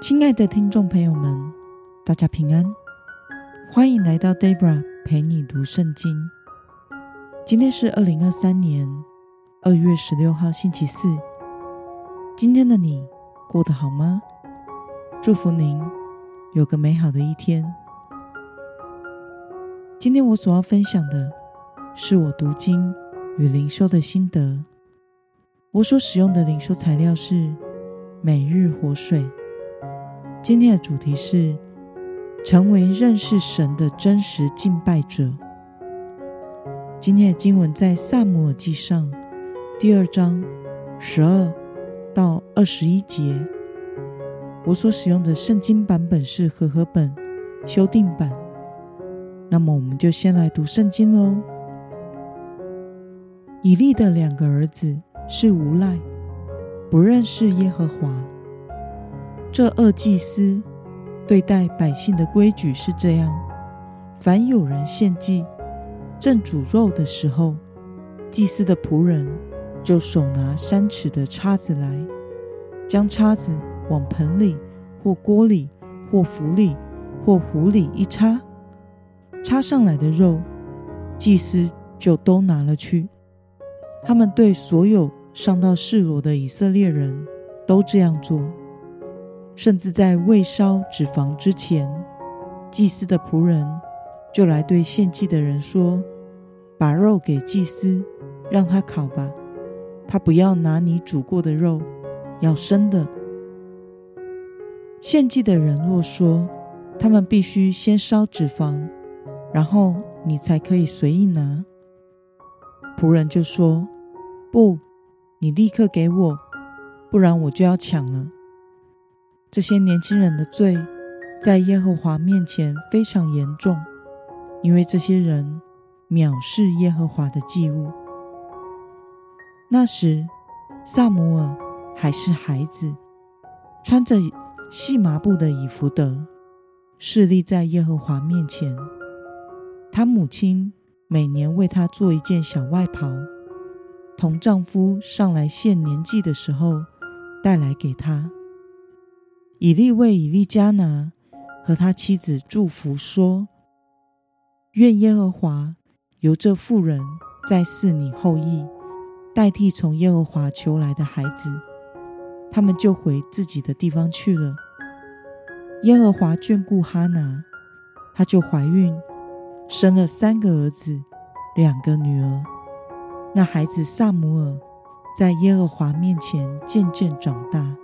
亲爱的听众朋友们，大家平安，欢迎来到 Debra 陪你读圣经。今天是2023年2月16号星期四。今天的你过得好吗？祝福您有个美好的一天。今天我所要分享的是我读经与灵修的心得。我所使用的灵修材料是每日活水。今天的主题是成为认识神的真实敬拜者。今天的经文在撒母耳记上第2章12到21节。我所使用的圣经版本是和合本修订版。那么我们就先来读圣经咯。以利的2个儿子是无赖，不认识耶和华。这2祭司对待百姓的规矩是这样：凡有人献祭正煮肉的时候，祭司的仆人就手拿3尺的叉子来，将叉子往盆里或锅里或釜里或壶里一插，插上来的肉，祭司就都拿了去。他们对所有上到示罗的以色列人都这样做。甚至在未烧脂肪之前，祭司的仆人就来对献祭的人说：把肉给祭司，让他烤吧，他不要拿你煮过的肉，要生的。献祭的人若说他们必须先烧脂肪，然后你才可以随意拿，仆人就说：不，你立刻给我，不然我就要抢了。这些年轻人的罪在耶和华面前非常严重，因为这些人藐视耶和华的祭物。那时撒母耳还是孩子，穿着细麻布的以弗得，侍立在耶和华面前。他母亲每年为他做一件小外袍，同丈夫上来献年祭的时候带来给他。以利为以利加拿和他妻子祝福说：愿耶和华由这妇人再赐你后裔，代替从耶和华求来的孩子。他们就回自己的地方去了。耶和华眷顾哈拿，她就怀孕，生了3个儿子2个女儿。那孩子撒母耳在耶和华面前渐渐长大。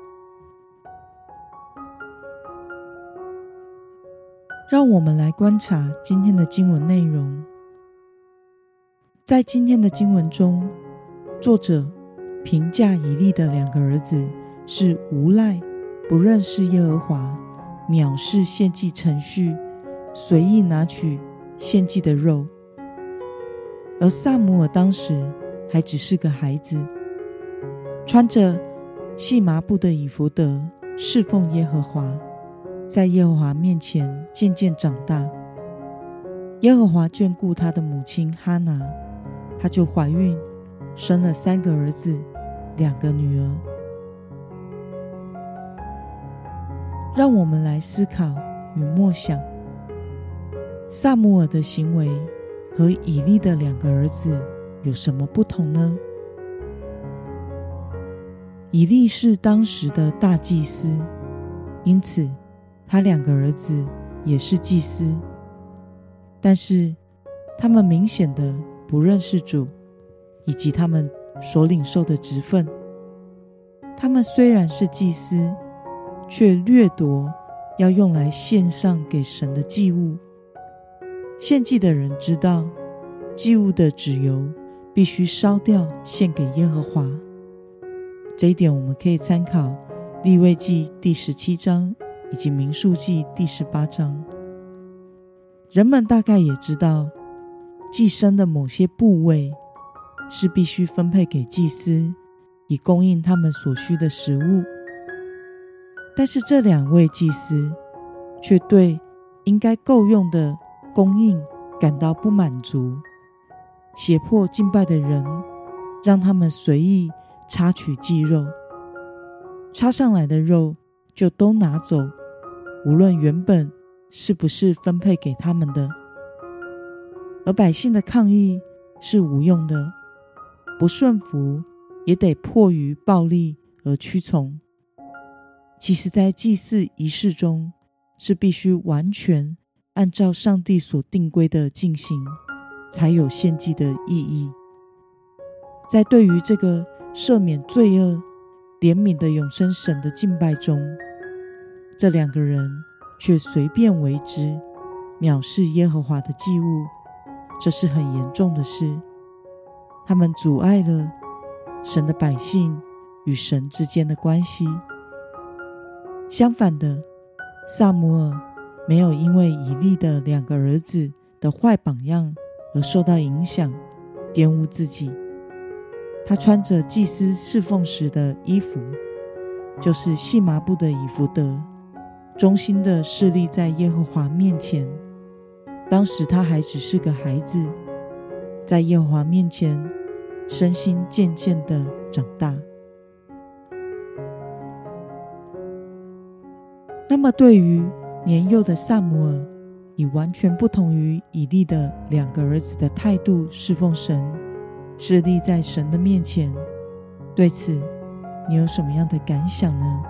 让我们来观察今天的经文内容。在今天的经文中，作者评价以利的2个儿子是无赖，不认识耶和华，藐视献祭程序，随意拿取献祭的肉。而撒母耳当时还只是个孩子，穿着细麻布的以弗得，侍奉耶和华，在耶和华面前渐渐长大。耶和华眷顾他的母亲哈拿，她就怀孕，生了3个儿子2个女儿。让我们来思考与默想，撒母耳的行为和以利的2个儿子有什么不同呢？以利是当时的大祭司，因此他2个儿子也是祭司，但是他们明显的不认识主以及他们所领受的职分。他们虽然是祭司，却掠夺要用来献上给神的祭物。献祭的人知道祭物的脂油必须烧掉献给耶和华，这一点我们可以参考利未记第17章以及民数记第18章。人们大概也知道祭牲的某些部位是必须分配给祭司，以供应他们所需的食物。但是这2位祭司却对应该够用的供应感到不满足，胁迫敬拜的人让他们随意插取祭肉，插上来的肉就都拿走，无论原本是不是分配给他们的。而百姓的抗议是无用的，不顺服也得迫于暴力而屈从。其实在祭祀仪式中，是必须完全按照上帝所定规的进行，才有献祭的意义。在对于这个赦免罪恶、怜悯的永生神的敬拜中，这两个人却随便为之，藐视耶和华的祭物，这是很严重的事。他们阻碍了神的百姓与神之间的关系。相反的，撒母耳没有因为以利的两个儿子的坏榜样而受到影响，玷污自己。他穿着祭司侍奉时的衣服，就是细麻布的以弗得，忠心地侍立在耶和华面前。当时他还只是个孩子，在耶和华面前身心渐渐地长大。那么对于年幼的撒母耳，以完全不同于以利的两个儿子的态度侍奉神，侍立在神的面前，对此你有什么样的感想呢？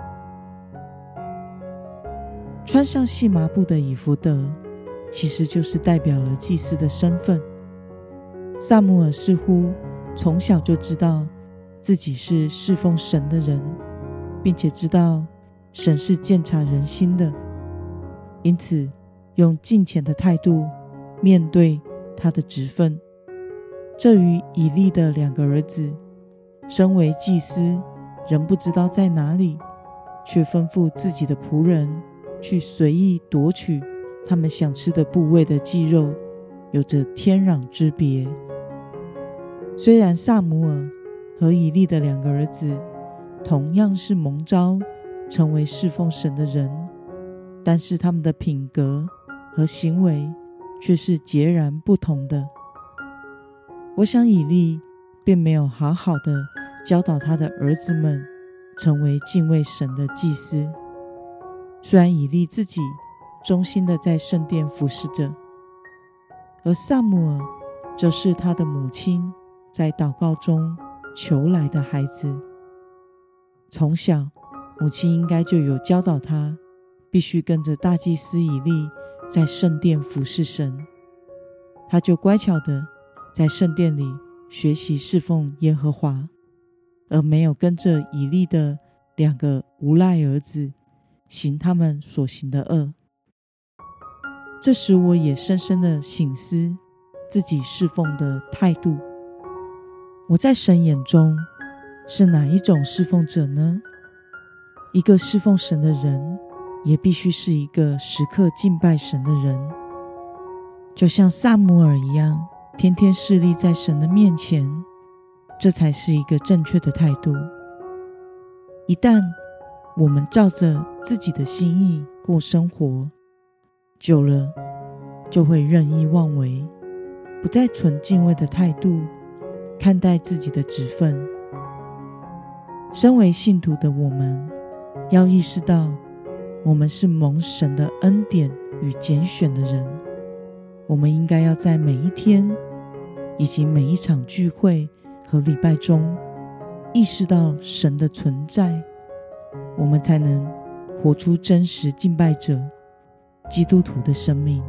穿上细麻布的以弗得，其实就是代表了祭司的身份。撒母耳似乎从小就知道自己是侍奉神的人，并且知道神是鉴察人心的，因此用敬虔的态度面对他的职分。这与以利的两个儿子身为祭司，仍不知道在哪里，却吩咐自己的仆人去随意夺取他们想吃的部位的祭肉，有着天壤之别。虽然撒母耳和以利的两个儿子同样是蒙召成为侍奉神的人，但是他们的品格和行为却是截然不同的。我想以利并没有好好的教导他的儿子们成为敬畏神的祭司。虽然以利自己忠心的在圣殿服侍着，而撒母耳则是他的母亲在祷告中求来的孩子。从小母亲应该就有教导他必须跟着大祭司以利在圣殿服侍神，他就乖巧的在圣殿里学习侍奉耶和华，而没有跟着以利的两个无赖儿子行他们所行的恶。这使我也深深的省思自己侍奉的态度。我在神眼中是哪一种侍奉者呢？一个侍奉神的人，也必须是一个时刻敬拜神的人，就像撒母耳一样，天天侍立在神的面前，这才是一个正确的态度。一旦我们照着自己的心意过生活，久了就会任意妄为，不再存敬畏的态度看待自己的职分。身为信徒的我们，要意识到我们是蒙神的恩典与拣选的人，我们应该要在每一天以及每一场聚会和礼拜中意识到神的存在，我们才能活出真实敬拜者基督徒的生命。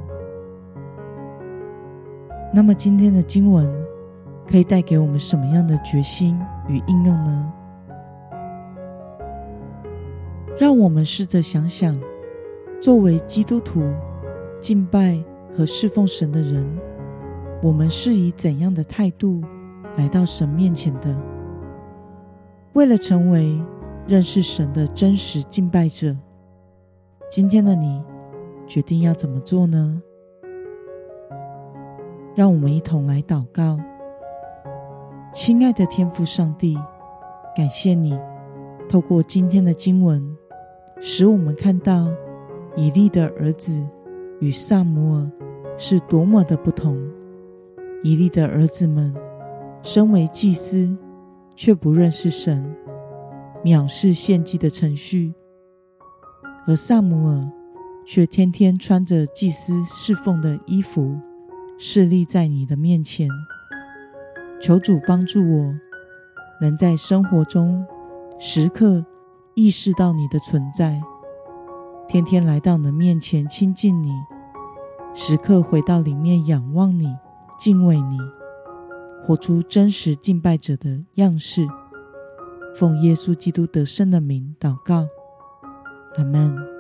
那么今天的经文可以带给我们什么样的决心与应用呢？让我们试着想想，作为基督徒敬拜和侍奉神的人，我们是以怎样的态度来到神面前的？为了成为认识神的真实敬拜者，今天的你决定要怎么做呢？让我们一同来祷告。亲爱的天父上帝，感谢你透过今天的经文，使我们看到以利的儿子与撒母耳是多么的不同。以利的儿子们身为祭司，却不认识神，藐视献祭的程序； 而撒母耳却天天穿着祭司侍奉的衣服，侍立在你的面前。求主帮助我，能在生活中时刻意识到你的存在，天天来到你的面前亲近你，时刻回到里面仰望你，敬畏你，活出真实敬拜者的样式。奉耶稣基督得胜的名祷告，阿们。